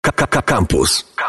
Campus.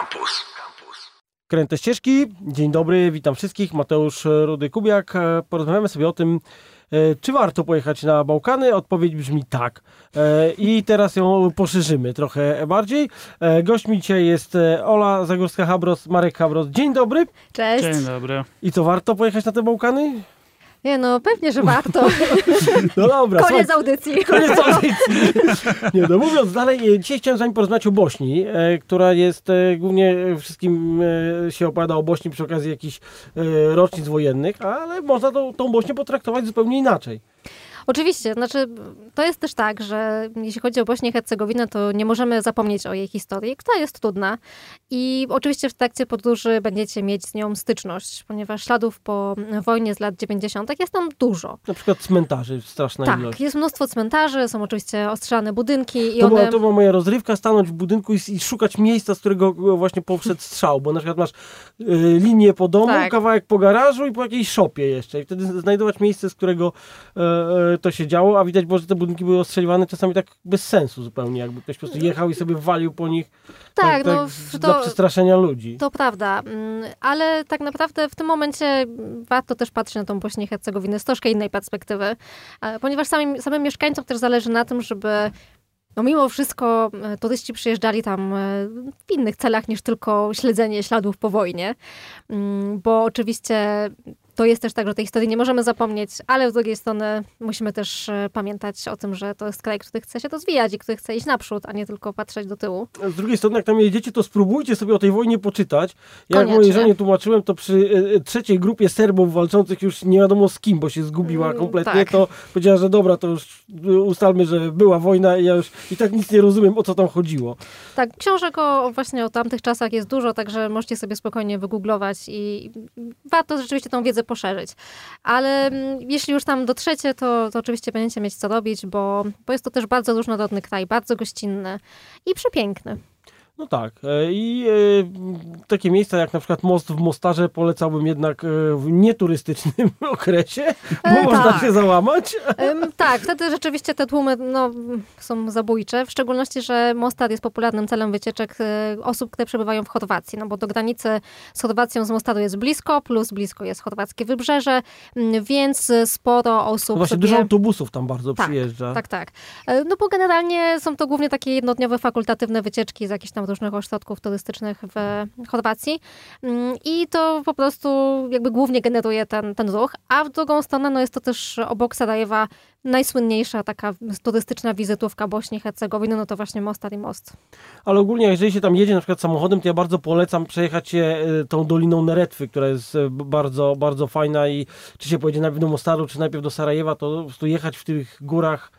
Kręte ścieżki. Dzień dobry, witam wszystkich. Mateusz Rudy-Kubiak. Porozmawiamy sobie o tym, czy warto pojechać na Bałkany. Odpowiedź brzmi tak. I teraz ją poszerzymy trochę bardziej. Gośćmi dzisiaj jest Ola Zagórska-Habros, Marek Habros. Dzień dobry. Cześć. Dzień dobry. I co, warto pojechać na te Bałkany? Nie, no pewnie, że warto. No dobra. Koniec audycji. Koniec audycji. Nie, no mówiąc dalej, dzisiaj chciałem z wami porozmawiać o Bośni, która jest głównie wszystkim się opowiada o Bośni przy okazji jakichś rocznic wojennych, ale można tą Bośnię potraktować zupełnie inaczej. Oczywiście, znaczy to jest też tak, że jeśli chodzi o Bośnię i Hercegowinę, to nie możemy zapomnieć o jej historii, która jest trudna i oczywiście w trakcie podróży będziecie mieć z nią styczność, ponieważ śladów po wojnie z lat 90. jest tam dużo. Na przykład cmentarzy, straszna ilość. Tak, jest mnóstwo cmentarzy, są oczywiście ostrzelane budynki. I to była moja rozrywka, stanąć w budynku i szukać miejsca, z którego właśnie powszedł strzał, bo na przykład masz linię po domu, tak, kawałek po garażu i po jakiejś szopie jeszcze i wtedy znajdować miejsce, z którego to się działo, a widać było, że te budynki były ostrzeliwane czasami tak bez sensu zupełnie, jakby ktoś po prostu jechał i sobie walił po nich tak, dla przestraszenia ludzi. To prawda, ale tak naprawdę w tym momencie warto też patrzeć na tą Bośnię i Hercegowinę z troszkę innej perspektywy, ponieważ samym mieszkańcom też zależy na tym, żeby mimo wszystko turyści przyjeżdżali tam w innych celach niż tylko śledzenie śladów po wojnie, bo oczywiście to jest też tak, że tej historii nie możemy zapomnieć, ale z drugiej strony musimy też pamiętać o tym, że to jest kraj, który chce się rozwijać i który chce iść naprzód, a nie tylko patrzeć do tyłu. Z drugiej strony, jak tam jedziecie, to spróbujcie sobie o tej wojnie poczytać. Ja Koniecznie. Jak mojej żonie tłumaczyłem, to przy trzeciej grupie Serbów walczących już nie wiadomo z kim, bo się zgubiła kompletnie, tak. To powiedziała, że dobra, to już ustalmy, że była wojna i ja już i tak nic nie rozumiem, o co tam chodziło. Tak, książek właśnie o tamtych czasach jest dużo, także możecie sobie spokojnie wygooglować i warto rzeczywiście tą wiedzę poszerzyć. Ale jeśli już tam dotrzecie, to oczywiście będziecie mieć co robić, bo jest to też bardzo różnorodny kraj, bardzo gościnny i przepiękny. No tak. I takie miejsca jak na przykład most w Mostarze polecałbym jednak w nieturystycznym okresie, bo można się załamać. Tak, wtedy rzeczywiście te tłumy są zabójcze, w szczególności, że Mostar jest popularnym celem wycieczek osób, które przebywają w Chorwacji, bo do granicy z Chorwacją z Mostaru jest blisko, plus blisko jest chorwackie wybrzeże, więc sporo osób... Właśnie dużo autobusów tam bardzo przyjeżdża. Tak. No bo generalnie są to głównie takie jednodniowe, fakultatywne wycieczki z jakichś tam różnych ośrodków turystycznych w Chorwacji i to po prostu jakby głównie generuje ten ruch, a w drugą stronę jest to też obok Sarajewa najsłynniejsza taka turystyczna wizytówka Bośni i Hercegowiny, to właśnie Mostar i most. Ale ogólnie, jeżeli się tam jedzie na przykład samochodem, to ja bardzo polecam przejechać się tą Doliną Neretwy, która jest bardzo, bardzo fajna i czy się pojedzie najpierw do Mostaru, czy najpierw do Sarajewa, to po prostu jechać w tych górach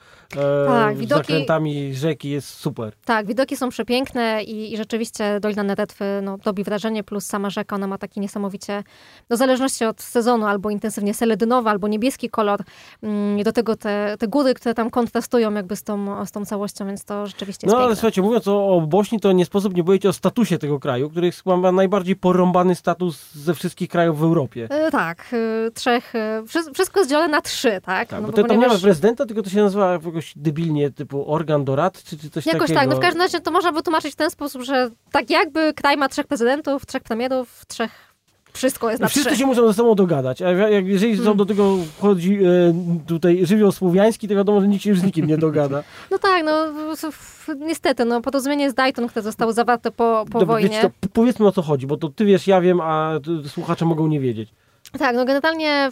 z zakrętami rzeki jest super. Tak, widoki są przepiękne i rzeczywiście Dolina Neretwy robi wrażenie, plus sama rzeka, ona ma taki niesamowicie, w zależności od sezonu, albo intensywnie seledynowy, albo niebieski kolor. Do tego te góry, które tam kontrastują jakby z tą całością, więc to rzeczywiście jest piękne. Ale słuchajcie, mówiąc o Bośni, to nie sposób nie powiedzieć o statusie tego kraju, który ma najbardziej porąbany status ze wszystkich krajów w Europie. Tak, wszystko jest dzielone na 3, tak? Bo tam nie ma prezydenta, tylko to się nazywa jakoś debilnie, typu organ doradczy, czy coś jakoś takiego. Tak, w każdym razie to można wytłumaczyć w ten sposób, że tak jakby kraj ma 3 prezydentów, 3 premierów, 3... Wszystko jest na 3. Wszyscy się muszą ze sobą dogadać, a jeżeli do tego wchodzi tutaj żywioł słowiański, to wiadomo, że nikt się już z nikim nie dogada. No tak, niestety, porozumienie z Dayton, które zostało zawarte po wojnie. Wiecie, powiedzmy, o co chodzi, bo to ty wiesz, ja wiem, a słuchacze mogą nie wiedzieć. Tak, generalnie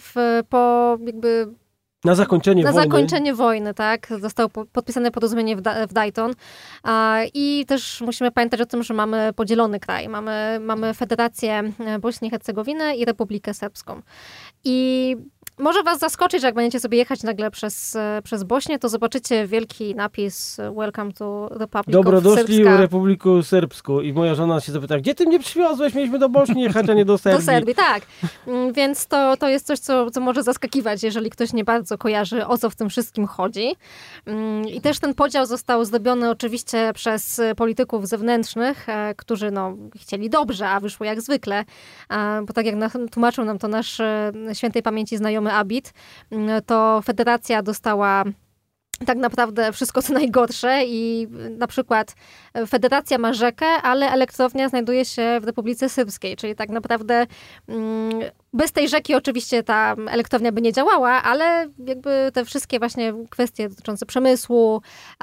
Na zakończenie wojny, tak, zostało podpisane porozumienie w Dayton i też musimy pamiętać o tym, że mamy podzielony kraj. Mamy Federację Bośni i Hercegowiny i Republikę Serbską. I może was zaskoczyć, że jak będziecie sobie jechać nagle przez Bośnię, to zobaczycie wielki napis Welcome to Republic of Dobrodoszli w Republiku Serbsku. I moja żona się zapyta, gdzie ty mnie przywiozłeś? Mieliśmy do Bośni jechać, a nie do Serbii. Do Serbii, tak. Więc to jest coś, co może zaskakiwać, jeżeli ktoś nie bardzo kojarzy, o co w tym wszystkim chodzi. I też ten podział został zrobiony oczywiście przez polityków zewnętrznych, którzy chcieli dobrze, a wyszło jak zwykle. Bo tak jak tłumaczył nam to nasz świętej pamięci znajomy Abid, to federacja dostała tak naprawdę wszystko co najgorsze i na przykład federacja ma rzekę, ale elektrownia znajduje się w Republice Srpskiej, czyli tak naprawdę bez tej rzeki oczywiście ta elektrownia by nie działała, ale jakby te wszystkie właśnie kwestie dotyczące przemysłu,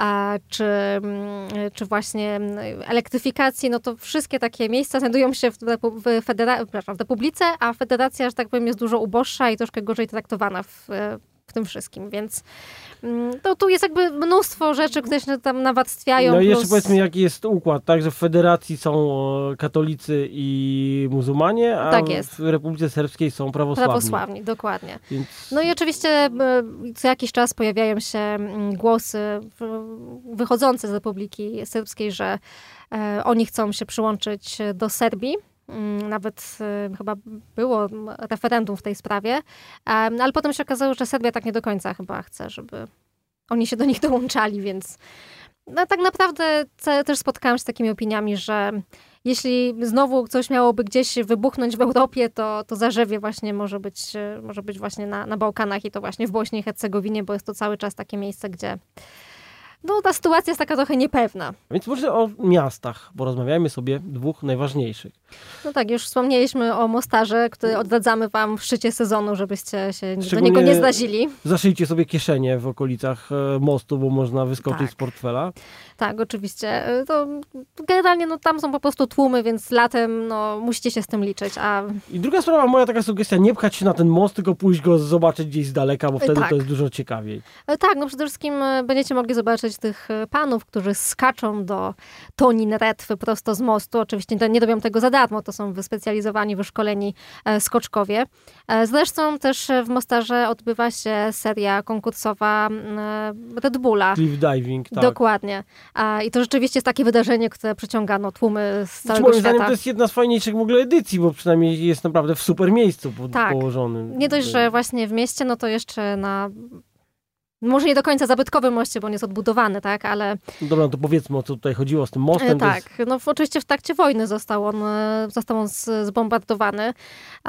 czy właśnie elektryfikacji, no to wszystkie takie miejsca znajdują się w Republice, a federacja, że tak powiem, jest dużo uboższa i troszkę gorzej traktowana w tym wszystkim, więc no, tu jest jakby mnóstwo rzeczy, które się tam nawarstwiają. No i jeszcze powiedzmy, jaki jest układ, tak, że w federacji są katolicy i muzułmanie, a tak jest. w Republice Serbskiej są prawosławni. Prawosławni, dokładnie. Więc... No i oczywiście co jakiś czas pojawiają się głosy wychodzące z Republiki Serbskiej, że oni chcą się przyłączyć do Serbii. Nawet chyba było referendum w tej sprawie, ale potem się okazało, że Serbia tak nie do końca chyba chce, żeby oni się do nich dołączali, więc no, tak naprawdę też spotkałam się z takimi opiniami, że jeśli znowu coś miałoby gdzieś wybuchnąć w Europie, to Zarzewie właśnie może być właśnie na Bałkanach i to właśnie w Bośni i Hercegowinie, bo jest to cały czas takie miejsce, gdzie no, ta sytuacja jest taka trochę niepewna. Więc może o miastach, bo rozmawiajmy sobie dwóch najważniejszych. No tak, już wspomnieliśmy o Mostarze, który odradzamy wam w szczycie sezonu, żebyście się do niego nie zrazili. Zaszyjcie sobie kieszenie w okolicach mostu, bo można wyskoczyć z portfela. Tak, oczywiście. To generalnie no, tam są po prostu tłumy, więc latem no, musicie się z tym liczyć. I druga sprawa, moja taka sugestia, nie pchać się na ten most, tylko pójść go zobaczyć gdzieś z daleka, bo wtedy to jest dużo ciekawiej. Tak, no przede wszystkim będziecie mogli zobaczyć tych panów, którzy skaczą do toni Neretwy prosto z mostu. Oczywiście nie robią tego za darmo, to są wyspecjalizowani, wyszkoleni skoczkowie. Zresztą też w Mostarze odbywa się seria konkursowa Red Bulla. Cliff diving, tak. Dokładnie. I to rzeczywiście jest takie wydarzenie, które przyciąga ztłumy z całego moim świata. zdaniem to jest jedna z fajniejszych w ogóle edycji, bo przynajmniej jest naprawdę w super miejscu położonym. Nie dość, że właśnie w mieście, no to jeszcze na... Może nie do końca zabytkowym moście, bo on jest odbudowany, tak, ale... Dobra, no to powiedzmy, o co tutaj chodziło z tym mostem. Tak, no oczywiście w trakcie wojny został on zbombardowany.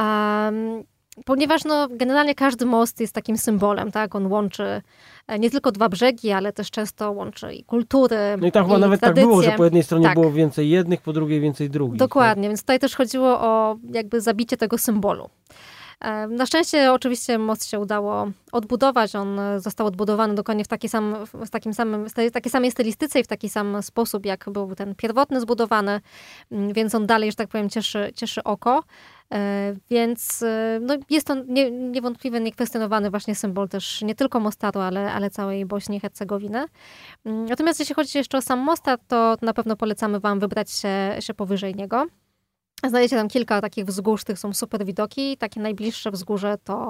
Ponieważ no, generalnie każdy most jest takim symbolem, tak? On łączy nie tylko dwa brzegi, ale też często łączy i kultury, no i tam chyba nawet tradycje. Tak było, że po jednej stronie było więcej jednych, po drugiej więcej drugich. Dokładnie, tak? Więc tutaj też chodziło o jakby zabicie tego symbolu. Na szczęście oczywiście most się udało odbudować. On został odbudowany dokładnie w takiej samej stylistyce i w taki sam sposób, jak był ten pierwotny zbudowany, więc on dalej, że tak powiem, cieszy oko. Więc no, jest to niewątpliwie niekwestionowany właśnie symbol też nie tylko Mostaru, ale całej Bośni i Hercegowiny. Natomiast jeśli chodzi jeszcze o sam Mostar, to na pewno polecamy wam wybrać się powyżej niego. Znajdziecie tam kilka takich wzgórz, tych są super widoki. Takie najbliższe wzgórze to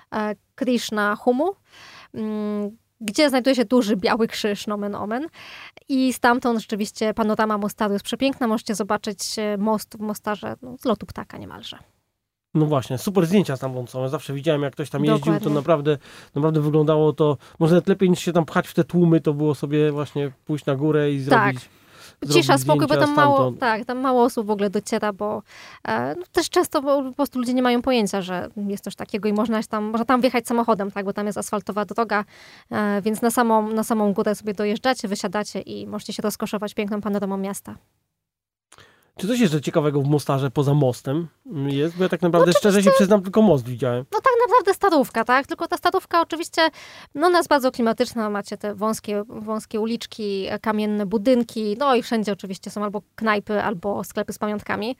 Krishna Humu, gdzie znajduje się duży biały krzyż, nomen omen. I stamtąd rzeczywiście panorama Mostaru jest przepiękna. Możecie zobaczyć most w Mostarze z lotu ptaka niemalże. No właśnie, super zdjęcia stamtąd są. Ja zawsze widziałem, jak ktoś tam jeździł, Dokładnie. To naprawdę wyglądało to, może nawet lepiej niż się tam pchać w te tłumy, to było sobie właśnie pójść na górę i zrobić... Cisza, spokój, bo tam mało osób w ogóle dociera, bo no, też często po prostu ludzie nie mają pojęcia, że jest coś takiego i można tam wjechać samochodem, tak, bo tam jest asfaltowa droga, więc na samą górę sobie dojeżdżacie, wysiadacie i możecie się rozkoszować piękną panoramą miasta. Czy coś jeszcze ciekawego w Mostarze poza mostem jest? Bo ja tak naprawdę szczerze się przyznam, tylko most widziałem. No tak naprawdę starówka, tak? Tylko ta starówka oczywiście, no ona jest bardzo klimatyczna. Macie te wąskie uliczki, kamienne budynki, no i wszędzie oczywiście są albo knajpy, albo sklepy z pamiątkami.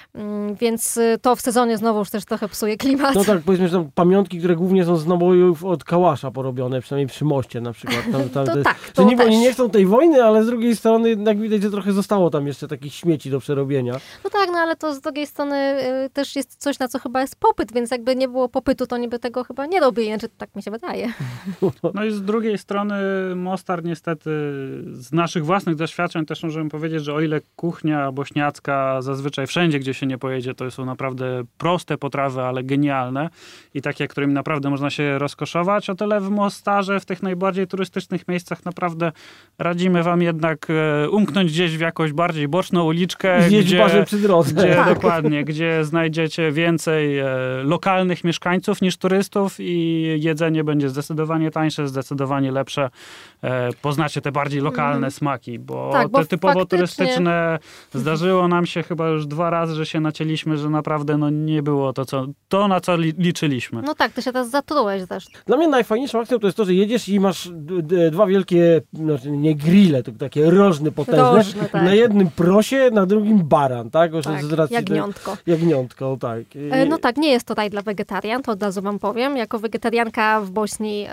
Więc to w sezonie znowu już też trochę psuje klimat. No tak, powiedzmy, że są pamiątki, które głównie są z nabojów od Kałasza porobione, przynajmniej przy moście na przykład. To niby też. oni nie chcą tej wojny, ale z drugiej strony jednak widać, że trochę zostało tam jeszcze takich śmieci do przerobienia. No tak, no ale to z drugiej strony też jest coś, na co chyba jest popyt, więc jakby nie było popytu, to niby tego chyba nie robili, znaczy tak mi się wydaje. No i z drugiej strony Mostar niestety z naszych własnych doświadczeń też możemy powiedzieć, że o ile kuchnia bośniacka zazwyczaj wszędzie, gdzie się nie pojedzie, to są naprawdę proste potrawy, ale genialne i takie, którymi naprawdę można się rozkoszować, o tyle w Mostarze, w tych najbardziej turystycznych miejscach naprawdę radzimy wam jednak umknąć gdzieś w jakąś bardziej boczną uliczkę, przy drodze. Dokładnie, gdzie znajdziecie więcej lokalnych mieszkańców niż turystów i jedzenie będzie zdecydowanie tańsze, zdecydowanie lepsze. Poznacie te bardziej lokalne smaki, bo tak, bo te typowo faktycznie... turystyczne zdarzyło nam się chyba już 2 razy, że się nacięliśmy, że naprawdę nie było to na co liczyliśmy. No tak, ty się teraz zatrułeś też. Dla mnie najfajniejszą akcją to jest to, że jedziesz i masz 2 wielkie, nie grille, tylko takie rożny potężne, tak. na jednym prosie, na drugim baran, tak? Tak, jagniątko. Jagniątko, tak. No tak, nie jest to raj dla wegetarian, to od razu wam powiem. Jako wegetarianka w Bośni,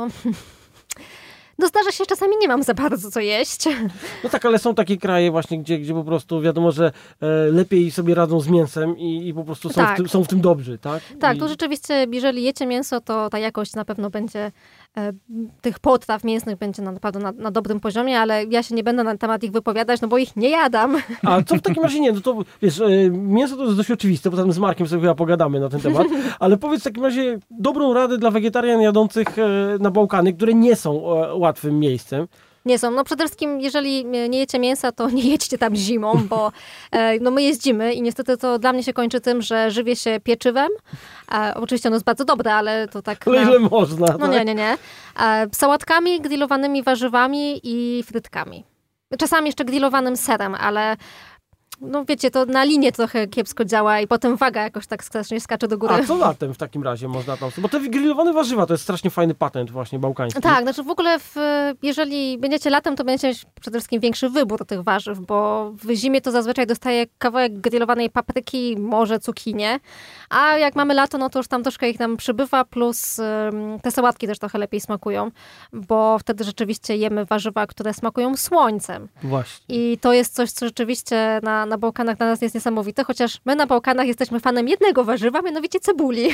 no zdarza się, czasami nie mam za bardzo co jeść. No tak, ale są takie kraje właśnie, gdzie po prostu wiadomo, że lepiej sobie radzą z mięsem i po prostu są w tym dobrzy, tak? Tak, tu rzeczywiście, jeżeli jecie mięso, to ta jakość na pewno będzie tych potraw mięsnych będzie naprawdę na dobrym poziomie, ale ja się nie będę na temat ich wypowiadać, no bo ich nie jadam. A co w takim razie nie? No to wiesz, mięso to jest dość oczywiste, potem z Markiem sobie chyba pogadamy na ten temat, ale powiedz w takim razie dobrą radę dla wegetarian jadących na Bałkany, które nie są łatwym miejscem. Nie są. No przede wszystkim, jeżeli nie jecie mięsa, to nie jedźcie tam zimą, bo my jeździmy i niestety to dla mnie się kończy tym, że żywię się pieczywem. Oczywiście ono jest bardzo dobre, ale to tak... Ale ile można, No tak? nie. Sałatkami, grillowanymi warzywami i frytkami. Czasami jeszcze grillowanym serem, ale... No wiecie, to na linię trochę kiepsko działa i potem waga jakoś tak strasznie skacze do góry. A co latem w takim razie można tam... Bo te grillowane warzywa to jest strasznie fajny patent właśnie bałkański. Tak, znaczy w ogóle jeżeli będziecie latem, to będziecie mieć przede wszystkim większy wybór tych warzyw, bo w zimie to zazwyczaj dostaję kawałek grillowanej papryki, może cukinię, a jak mamy lato, no to już tam troszkę ich nam przybywa, plus te sałatki też trochę lepiej smakują, bo wtedy rzeczywiście jemy warzywa, które smakują słońcem. Właśnie. I to jest coś, co rzeczywiście na Bałkanach dla nas jest niesamowite, chociaż my na Bałkanach jesteśmy fanem jednego warzywa, mianowicie cebuli.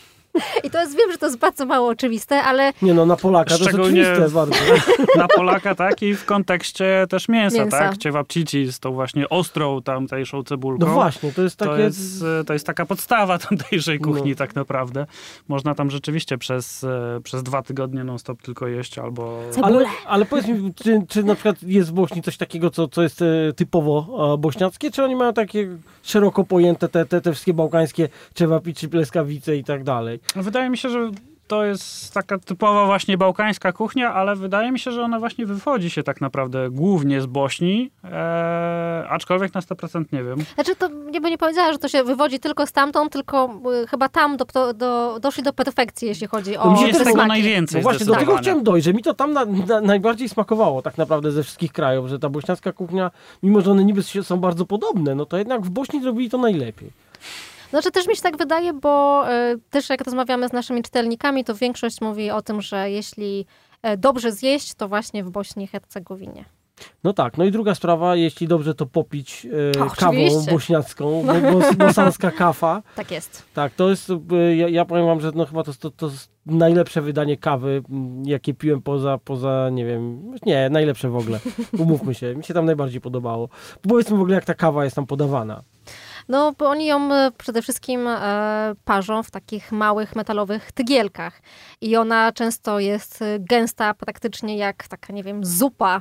I to jest, wiem, że to jest bardzo mało oczywiste, ale... Nie no, na Polaka to jest oczywiste bardzo. Na Polaka, tak, i w kontekście też mięsa. Tak? Cevapcici z tą właśnie ostrą tamtejszą cebulką. No właśnie, to jest takie... To jest taka podstawa tamtejszej kuchni tak naprawdę. Można tam rzeczywiście przez 2 tygodnie non-stop tylko jeść albo... Ale powiedz mi, czy na przykład jest w Bośni coś takiego, co jest typowo bośniackie, czy oni mają takie szeroko pojęte te wszystkie bałkańskie cevapici, pleskawice i tak dalej? Wydaje mi się, że to jest taka typowa właśnie bałkańska kuchnia, ale wydaje mi się, że ona właśnie wywodzi się tak naprawdę głównie z Bośni, aczkolwiek na 100% nie wiem. Znaczy to nie powiedziała, że to się wywodzi tylko stamtąd, tylko chyba tam doszli do perfekcji, jeśli chodzi o jest tego smaki. najwięcej. No właśnie, do tego chciałem dojść, że mi to tam najbardziej smakowało tak naprawdę ze wszystkich krajów, że ta bośniacka kuchnia, mimo że one niby są bardzo podobne, no to jednak w Bośni zrobili to najlepiej. Znaczy też mi się tak wydaje, bo też jak rozmawiamy z naszymi czytelnikami, to większość mówi o tym, że jeśli dobrze zjeść, to właśnie w Bośni i Hercegowinie. No tak, no i druga sprawa, jeśli dobrze to popić kawą bośniacką, bosanska kawa. Tak jest. Tak, to jest, ja powiem wam, że no chyba to jest najlepsze wydanie kawy, jakie piłem poza, nie wiem, nie, najlepsze w ogóle. Umówmy się, mi się tam najbardziej podobało. Powiedzmy w ogóle, jak ta kawa jest tam podawana. No, bo oni ją przede wszystkim parzą w takich małych metalowych tygielkach. I ona często jest gęsta, praktycznie jak taka, nie wiem, zupa.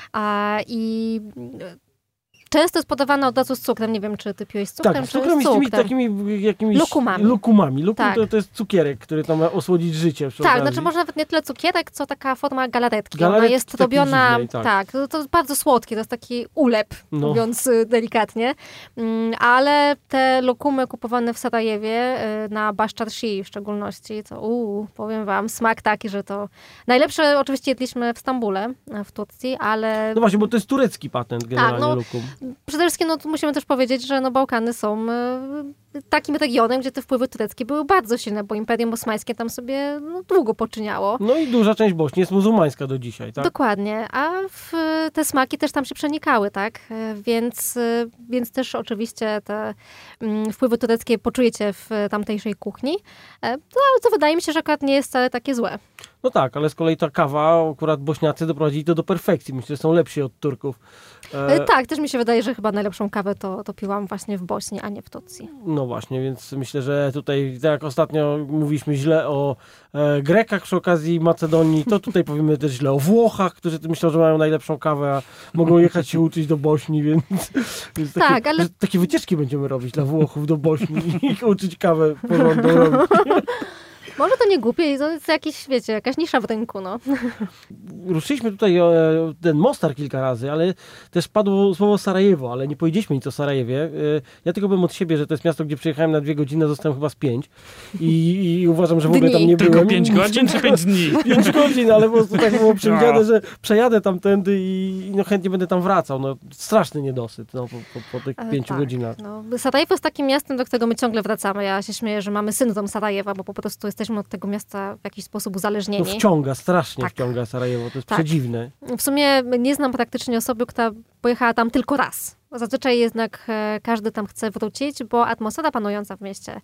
I często jest podawana od razu z cukrem. Nie wiem, czy ty piłeś z cukrem, tak, czy z cukrem z i z tymi takimi jakimiś lukumami. Lukum tak. to jest cukierek, który tam ma osłodzić życie. Tak, znaczy może nawet nie tyle cukierek, co taka forma galaretki. Ona jest robiona, to jest bardzo słodkie, to jest taki ulep, mówiąc delikatnie. Ale te lukumy kupowane w Sarajewie, na Baszczarsi w szczególności, to powiem wam, smak taki, że to... Najlepsze oczywiście jedliśmy w Stambule, w Turcji, ale... No właśnie, bo to jest turecki patent generalnie lukum. Przede wszystkim musimy też powiedzieć, że Bałkany są takim regionem, gdzie te wpływy tureckie były bardzo silne, bo Imperium Osmańskie tam sobie długo poczyniało. No i duża część Bośni jest muzułmańska do dzisiaj, tak? Dokładnie, a te smaki też tam się przenikały, tak? Więc też oczywiście te wpływy tureckie poczujecie w tamtejszej kuchni, ale to wydaje mi się, że akurat nie jest wcale takie złe. No tak, ale z kolei ta kawa, akurat Bośniacy doprowadzili to do perfekcji. Myślę, że są lepsi od Turków. Tak, też mi się wydaje, że chyba najlepszą kawę to piłam właśnie w Bośni, a nie w Turcji. No właśnie, więc myślę, że tutaj, tak jak ostatnio mówiliśmy źle o Grekach przy okazji Macedonii, to tutaj powiemy też źle o Włochach, którzy myślą, że mają najlepszą kawę, a mogą jechać się uczyć do Bośni, więc tak, ale... takie wycieczki będziemy robić dla Włochów do Bośni i uczyć kawę porządną robić. Może to nie głupie, to jest jakiś, wiecie, jakaś nisza w rynku, no. Ruszyliśmy tutaj ten Mostar kilka razy, ale też padło słowo Sarajewo, ale nie powiedzieliśmy nic o Sarajewie. Ja tylko bym od siebie, że to jest miasto, gdzie przyjechałem na 2 godziny, zostałem chyba z 5 i uważam, że w ogóle tam nie byłem. Tylko 5 godzin czy 5 dni? 5 godzin, ale po prostu tak było przewidziane, że przejadę tamtędy i no chętnie będę tam wracał. No, straszny niedosyt po tych 5 godzinach. No, Sarajewo jest takim miastem, do którego my ciągle wracamy. Ja się śmieję, że mamy syndrom Sarajewa, bo po prostu jesteśmy od tego miasta w jakiś sposób uzależnieni. No wciąga, strasznie wciąga Sarajewo, to jest przedziwne. W sumie nie znam praktycznie osoby, która pojechała tam tylko raz. Zazwyczaj jednak każdy tam chce wrócić, bo atmosfera panująca w mieście,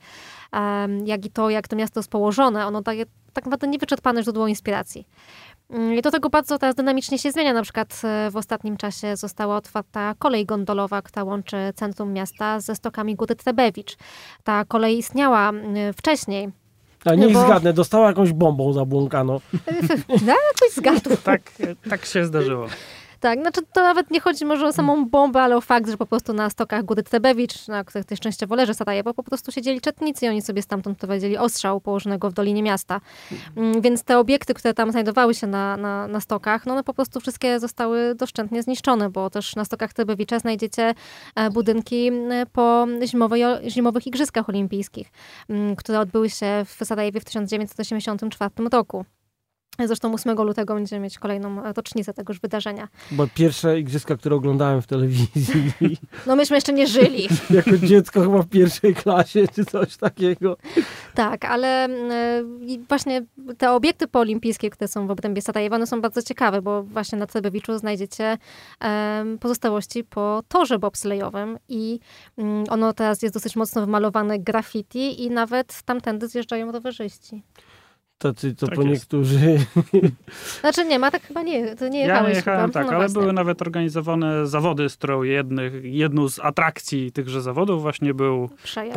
jak to miasto jest położone, ono daje tak naprawdę niewyczerpane źródło inspiracji. I do tego bardzo teraz dynamicznie się zmienia. Na przykład w ostatnim czasie została otwarta kolej gondolowa, która łączy centrum miasta ze stokami góry Trebewicz. Ta kolej istniała wcześniej. A niech zgadnę, dostała jakąś bombą zabłąkano. Jakoś zgadł. Tak się zdarzyło. Tak, znaczy to nawet nie chodzi może o samą bombę, ale o fakt, że po prostu na stokach góry Trebewicz, na których też częściowo leży Sarajewo, po prostu siedzieli czetnicy i oni sobie stamtąd prowadzili ostrzał położonego w dolinie miasta. Więc te obiekty, które tam znajdowały się na stokach, no one po prostu wszystkie zostały doszczętnie zniszczone, bo też na stokach Trebewicza znajdziecie budynki po zimowych Igrzyskach Olimpijskich, które odbyły się w Sarajewie w 1984 roku. Zresztą 8 lutego będziemy mieć kolejną rocznicę tegoż wydarzenia. Bo pierwsze igrzyska, które oglądałem w telewizji. No myśmy jeszcze nie żyli. Jako dziecko chyba w 1. klasie, czy coś takiego. Tak, ale właśnie te obiekty poolimpijskie, które są w obrębie Sarajewa, one są bardzo ciekawe, bo właśnie na Trebewiczu znajdziecie pozostałości po torze bobslejowym i ono teraz jest dosyć mocno wymalowane graffiti i nawet tamtędy zjeżdżają rowerzyści. Tacy, co tak po jest. niektórzy... Znaczy nie ma, tak chyba nie, to nie jechałeś. Ja nie jechałem, chyba. tak, No ale właśnie. były nawet organizowane zawody, z którą jedną z atrakcji tychże zawodów właśnie był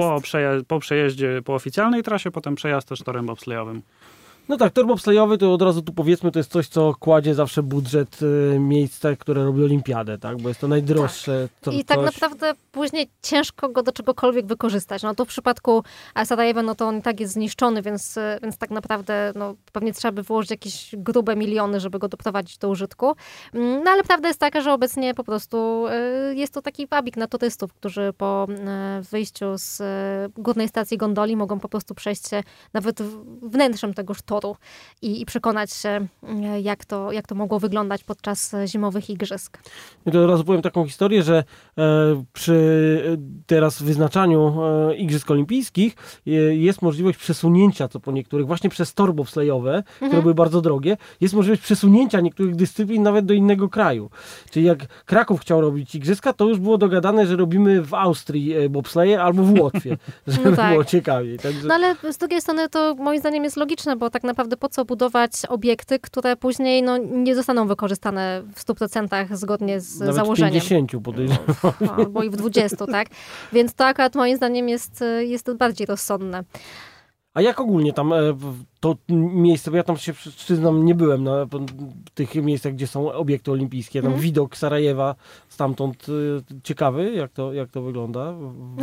po przejeździe po oficjalnej trasie, potem przejazd też torem bobslejowym. No tak, tor bobslejowy to od razu tu powiedzmy, to jest coś, co kładzie zawsze budżet miejsca, które robi olimpiadę, tak? Bo jest to najdroższe. Tak. I tak naprawdę później ciężko go do czegokolwiek wykorzystać. No to w przypadku Sarajewa, no to on i tak jest zniszczony, więc tak naprawdę no, pewnie trzeba by wyłożyć jakieś grube miliony, żeby go doprowadzić do użytku. No ale prawda jest taka, że obecnie po prostu jest to taki wabik na turystów, którzy po wyjściu z górnej stacji gondoli mogą po prostu przejść się nawet wnętrzem tegoż toru i przekonać się, jak to mogło wyglądać podczas zimowych igrzysk. I to od razu powiem taką historię, że przy teraz wyznaczaniu Igrzysk Olimpijskich jest możliwość przesunięcia, co po niektórych, właśnie przez tory bobslejowe, które były bardzo drogie, jest możliwość przesunięcia niektórych dyscyplin nawet do innego kraju. Czyli jak Kraków chciał robić igrzyska, to już było dogadane, że robimy w Austrii bobsleje albo w Łotwie, żeby było ciekawiej. Także... No ale z drugiej strony to moim zdaniem jest logiczne, bo tak naprawdę po co budować obiekty, które później no, nie zostaną wykorzystane w 100% zgodnie z nawet założeniem. Nawet w 50 podejrzewam. Albo i w 20, tak? Więc to akurat moim zdaniem jest bardziej rozsądne. A jak ogólnie tam to miejsce, bo ja tam się przyznam, nie byłem na tych miejscach, gdzie są obiekty olimpijskie. Tam widok Sarajewa stamtąd ciekawy, jak to wygląda?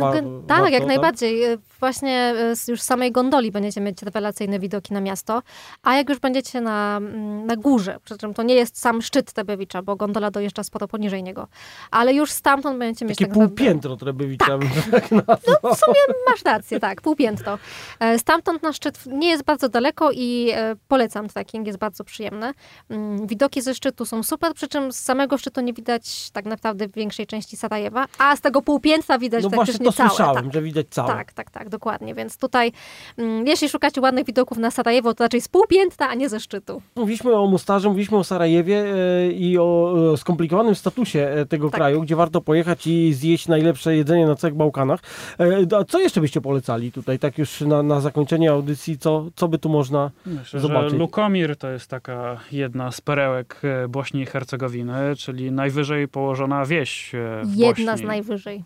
Tak, jak najbardziej. Właśnie już z samej gondoli będziecie mieć rewelacyjne widoki na miasto, a jak już będziecie na górze, przy czym to nie jest sam szczyt Trebewicza, bo gondola dojeżdża sporo poniżej niego, ale już stamtąd będziecie mieć takie półpiętro Trebewicza. Tak. No w sumie masz rację, tak, półpiętro. Stamtąd na szczyt nie jest bardzo daleko i polecam trekking, jest bardzo przyjemny. Widoki ze szczytu są super, przy czym z samego szczytu nie widać tak naprawdę większej części Sarajewa, a z tego półpiętra widać praktycznie całe. No właśnie to całe. słyszałem, że widać całe. Tak, dokładnie. Więc tutaj, jeśli szukacie ładnych widoków na Sarajewo, to raczej z półpiętra, a nie ze szczytu. Mówiliśmy o Mostarze, mówiliśmy o Sarajewie i o skomplikowanym statusie tego kraju, gdzie warto pojechać i zjeść najlepsze jedzenie na całych Bałkanach. A co jeszcze byście polecali tutaj, tak już na zakończenie audycji, co by tu można zobaczyć? Że Lukomir to jest taka jedna z perełek Bośni i Hercegowiny, czyli najwyżej położona wieś Jedna z najwyżej.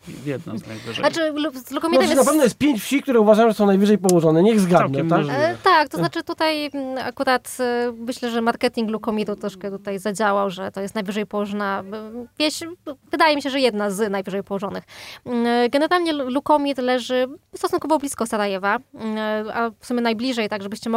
Znaczy, z Lukomirem na pewno jest 5 wsi, które uważam, że są najwyżej położone. Niech zgadnę, tak? Tak, to znaczy tutaj akurat myślę, że marketing Lukomiru troszkę tutaj zadziałał, że to jest najwyżej położona wieś. Wydaje mi się, że jedna z najwyżej położonych. Generalnie Lukomir leży stosunkowo blisko Sarajewa, a w sumie najbliżej, tak żebyście mogli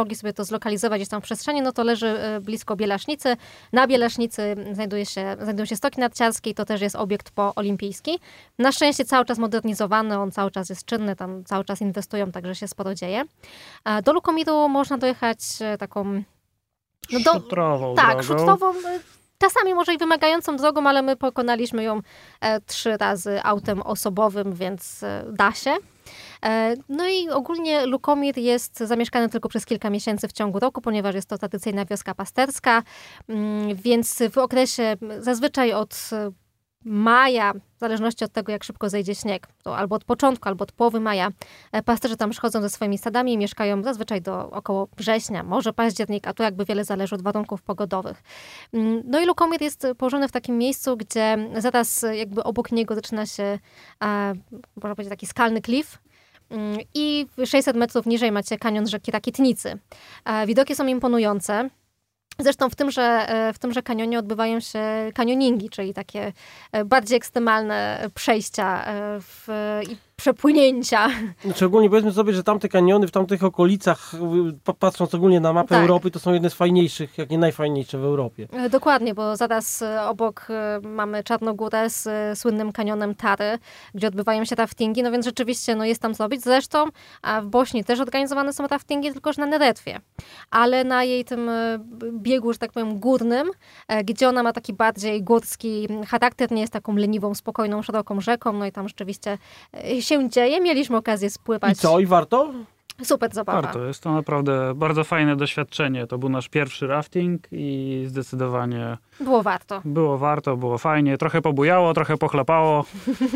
mogli sobie to zlokalizować gdzieś tam w przestrzeni, no to leży blisko Bielaśnicy. Na Bielaśnicy znajdują się stoki narciarskie i to też jest obiekt poolimpijski. Na szczęście cały czas modernizowany, on cały czas jest czynny, tam cały czas inwestują, także się sporo dzieje. Do Lukomiru można dojechać taką... Szutrową Tak, drogą. szutrową, czasami może i wymagającą drogą, ale my pokonaliśmy ją 3 razy autem osobowym, więc da się. No i ogólnie Lukomir jest zamieszkany tylko przez kilka miesięcy w ciągu roku, ponieważ jest to tradycyjna wioska pasterska, więc w okresie zazwyczaj od maja, w zależności od tego, jak szybko zejdzie śnieg, to albo od początku, albo od połowy maja, pasterze tam przychodzą ze swoimi stadami i mieszkają zazwyczaj do około września, może października, to jakby wiele zależy od warunków pogodowych. No i Lukomir jest położony w takim miejscu, gdzie zaraz jakby obok niego zaczyna się, można powiedzieć, taki skalny klif, i 600 metrów niżej macie kanion rzeki Rakietnicy. Widoki są imponujące. Zresztą w tymże kanionie odbywają się kanioningi, czyli takie bardziej ekstremalne przejścia i przepłynięcia. Szczególnie powiedzmy sobie, że tamte kaniony w tamtych okolicach, patrząc ogólnie na mapę Europy, to są jedne z fajniejszych, jak nie najfajniejsze w Europie. Dokładnie, bo zaraz obok mamy Czarnogórę z słynnym kanionem Tary, gdzie odbywają się raftingi, no więc rzeczywiście jest tam co robić. Zresztą w Bośni też organizowane są raftingi, tylko że na Neretwie. Ale na jej tym biegu, że tak powiem, górnym, gdzie ona ma taki bardziej górski charakter, nie jest taką leniwą, spokojną, szeroką rzeką, no i tam rzeczywiście się dzieje. Mieliśmy okazję spływać. I co? I warto? Super zabawa. Warto. Jest to naprawdę bardzo fajne doświadczenie. To był nasz pierwszy rafting i zdecydowanie... Było warto. Było warto, było fajnie. Trochę pobujało, trochę pochlapało.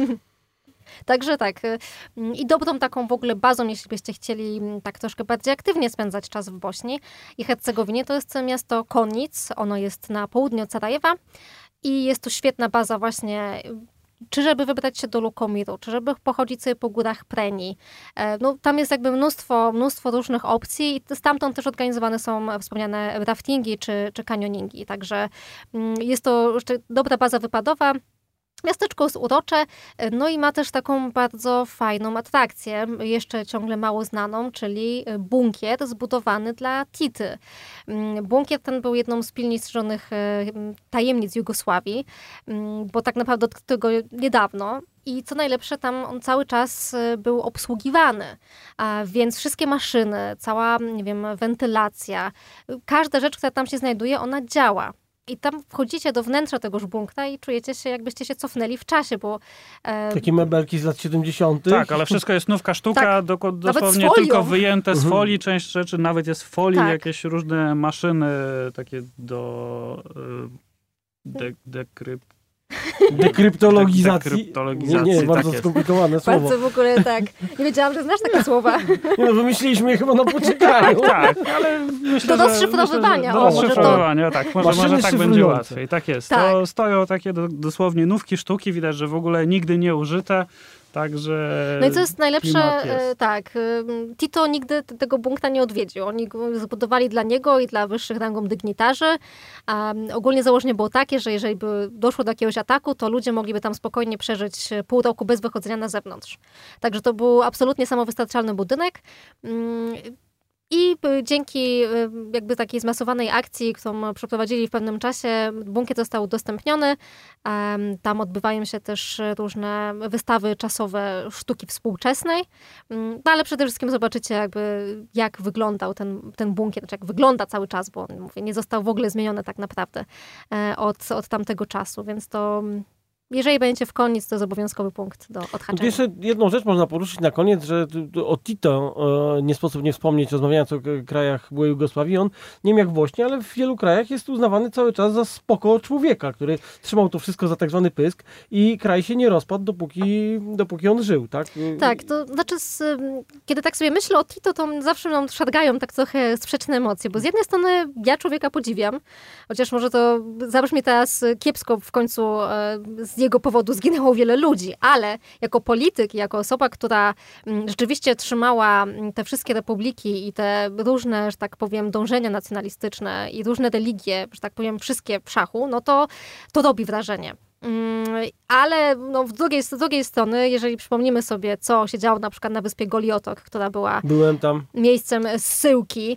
Także tak. I dobrą taką w ogóle bazą, jeśli byście chcieli tak troszkę bardziej aktywnie spędzać czas w Bośni i Hercegowinie, to jest miasto Konjic. Ono jest na południu od Sarajewa i jest to świetna baza właśnie, czy żeby wybrać się do Lukomiru, czy żeby pochodzić sobie po górach Preni. No, tam jest jakby mnóstwo różnych opcji i stamtąd też organizowane są wspomniane raftingi czy kanioningi. Także jest to jeszcze dobra baza wypadowa. Miasteczko jest urocze, no i ma też taką bardzo fajną atrakcję, jeszcze ciągle mało znaną, czyli bunkier zbudowany dla Tity. Bunkier ten był jedną z pilnie strzeżonych tajemnic Jugosławii, bo tak naprawdę odkryto go niedawno. I co najlepsze, tam on cały czas był obsługiwany, więc wszystkie maszyny, cała, nie wiem, wentylacja, każda rzecz, która tam się znajduje, ona działa. I tam wchodzicie do wnętrza tegoż bunkra i czujecie się, jakbyście się cofnęli w czasie, bo... Takie mebelki z lat 70. Tak, ale wszystko jest nówka sztuka, tak, dosłownie tylko wyjęte z folii. Część rzeczy nawet jest w folii, jakieś różne maszyny takie do dekryptologizacji. Nie, bardzo tak skomplikowane słowo. Bardzo w ogóle tak. Nie wiedziałam, że znasz takie słowa. Nie, wymyśliliśmy je chyba na poczekaniu. Tak, ale myślę, do rozszyfrowywania. Do rozszyfrowywania, tak. Może tak będzie łatwiej. Tak jest. Tak. To stoją takie dosłownie nówki sztuki, widać, że w ogóle nigdy nie użyte. Także no i co jest najlepsze, tak, Tito nigdy tego bunkra nie odwiedził. Oni go zbudowali dla niego i dla wyższych rangą dygnitarzy. Ogólnie założenie było takie, że jeżeli by doszło do jakiegoś ataku, to ludzie mogliby tam spokojnie przeżyć pół roku bez wychodzenia na zewnątrz. Także to był absolutnie samowystarczalny budynek. I dzięki jakby takiej zmasowanej akcji, którą przeprowadzili w pewnym czasie, bunkier został udostępniony. Tam odbywają się też różne wystawy czasowe sztuki współczesnej. No ale przede wszystkim zobaczycie jakby jak wyglądał ten bunkier, czy jak wygląda cały czas, bo mówię, nie został w ogóle zmieniony tak naprawdę od tamtego czasu, więc to... Jeżeli będziecie w Konjic, to jest obowiązkowy punkt do odhaczenia. Jeszcze jedną rzecz można poruszyć na koniec, że o Tito nie sposób nie wspomnieć, rozmawiając o krajach byłej Jugosławii. On, nie wiem jak w Bośni, ale w wielu krajach jest uznawany cały czas za spoko człowieka, który trzymał to wszystko za tak zwany pysk i kraj się nie rozpadł, dopóki on żył, tak? Tak, to znaczy, kiedy tak sobie myślę o Tito, to zawsze nam szargają tak trochę sprzeczne emocje, bo z jednej strony ja człowieka podziwiam, chociaż może to zabrzmi teraz kiepsko, w końcu z jego powodu zginęło wiele ludzi, ale jako polityk, jako osoba, która rzeczywiście trzymała te wszystkie republiki i te różne, że tak powiem, dążenia nacjonalistyczne i różne religie, że tak powiem, wszystkie w szachu, no to robi wrażenie. Ale no, z drugiej strony, jeżeli przypomnimy sobie, co się działo na przykład na wyspie Goliotok, która była miejscem zsyłki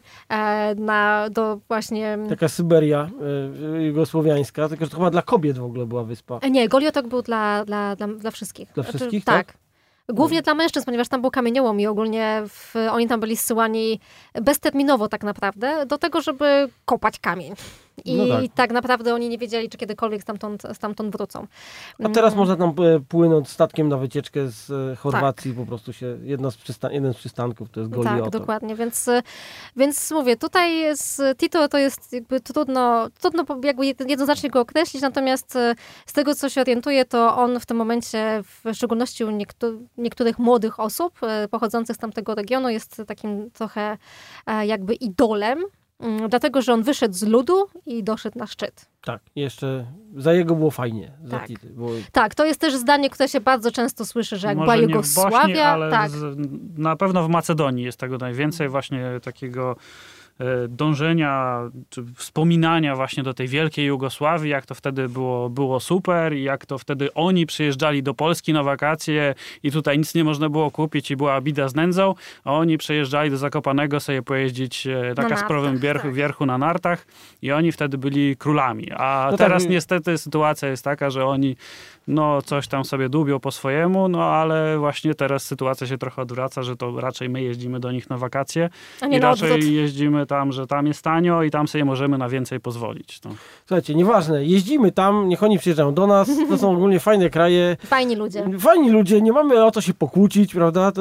do właśnie... Taka Syberia jugosłowiańska, tylko że to chyba dla kobiet w ogóle była wyspa. Nie, Goliotok był dla wszystkich. Dla wszystkich, tak? Głównie dla mężczyzn, ponieważ tam był kamieniołom i ogólnie oni tam byli zsyłani bezterminowo tak naprawdę do tego, żeby kopać kamień. I tak naprawdę oni nie wiedzieli, czy kiedykolwiek stamtąd wrócą. A teraz można tam płynąć statkiem na wycieczkę z Chorwacji, po prostu jeden z przystanków to jest Goliotok. Tak, dokładnie, więc mówię, tutaj z Tito to jest jakby trudno jakby jednoznacznie go określić, natomiast z tego, co się orientuję, to on w tym momencie, w szczególności u niektórych młodych osób pochodzących z tamtego regionu, jest takim trochę jakby idolem, dlatego, że on wyszedł z ludu i doszedł na szczyt. Tak, jeszcze za jego było fajnie. Tak, to jest też zdanie, które się bardzo często słyszy, że jak może była nie Jugosławia... w Bośni, ale tak. Na pewno w Macedonii jest tego najwięcej, właśnie takiego dążenia, czy wspominania właśnie do tej wielkiej Jugosławii, jak to wtedy było super i jak to wtedy oni przyjeżdżali do Polski na wakacje i tutaj nic nie można było kupić i była bida z nędzą, a oni przyjeżdżali do Zakopanego sobie pojeździć na Kasprowym wierchu na nartach i oni wtedy byli królami. A teraz niestety sytuacja jest taka, że oni coś tam sobie dłubią po swojemu, ale właśnie teraz sytuacja się trochę odwraca, że to raczej my jeździmy do nich na wakacje i raczej jeździmy tam, że tam jest tanio i tam sobie możemy na więcej pozwolić. Słuchajcie, nieważne, jeździmy tam, niech oni przyjeżdżają do nas, to są ogólnie fajne kraje. Fajni ludzie, nie mamy o co się pokłócić, prawda?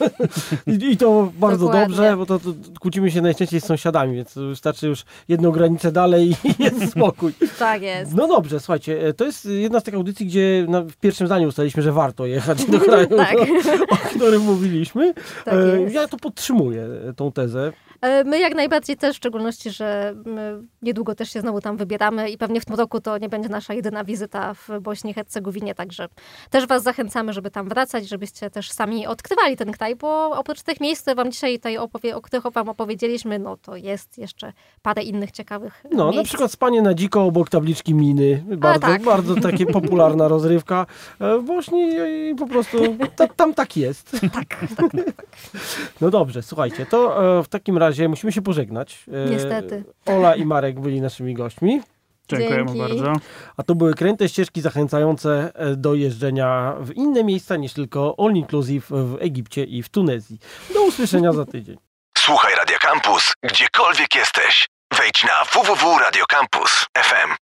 I to bardzo dobrze, bo to kłócimy się najczęściej z sąsiadami, więc wystarczy już jedną granicę dalej i jest spokój. Tak jest. No dobrze, słuchajcie, to jest jedna z tych audycji, gdzie w pierwszym zdaniu ustaliliśmy, że warto jechać do kraju, o którym mówiliśmy. Tak ja to podtrzymuję, tą tezę. My jak najbardziej też, w szczególności, że my niedługo też się znowu tam wybieramy i pewnie w tym roku to nie będzie nasza jedyna wizyta w Bośni i Hercegowinie, także też was zachęcamy, żeby tam wracać, żebyście też sami odkrywali ten kraj, bo oprócz tych miejsc, które wam dzisiaj tutaj o których wam opowiedzieliśmy, to jest jeszcze parę innych ciekawych miejsc. Na przykład spanie na dziko obok tabliczki miny, bardzo takie popularna rozrywka w Bośni i po prostu tam tak jest. Tak. No dobrze, słuchajcie, to w takim razie musimy się pożegnać. Niestety. Ola i Marek byli naszymi gośćmi. Dziękujemy bardzo. A to były kręte ścieżki zachęcające do jeżdżenia w inne miejsca niż tylko all inclusive w Egipcie i w Tunezji. Do usłyszenia za tydzień. Słuchaj Radio Campus, gdziekolwiek jesteś. Wejdź na www.radiocampus.fm.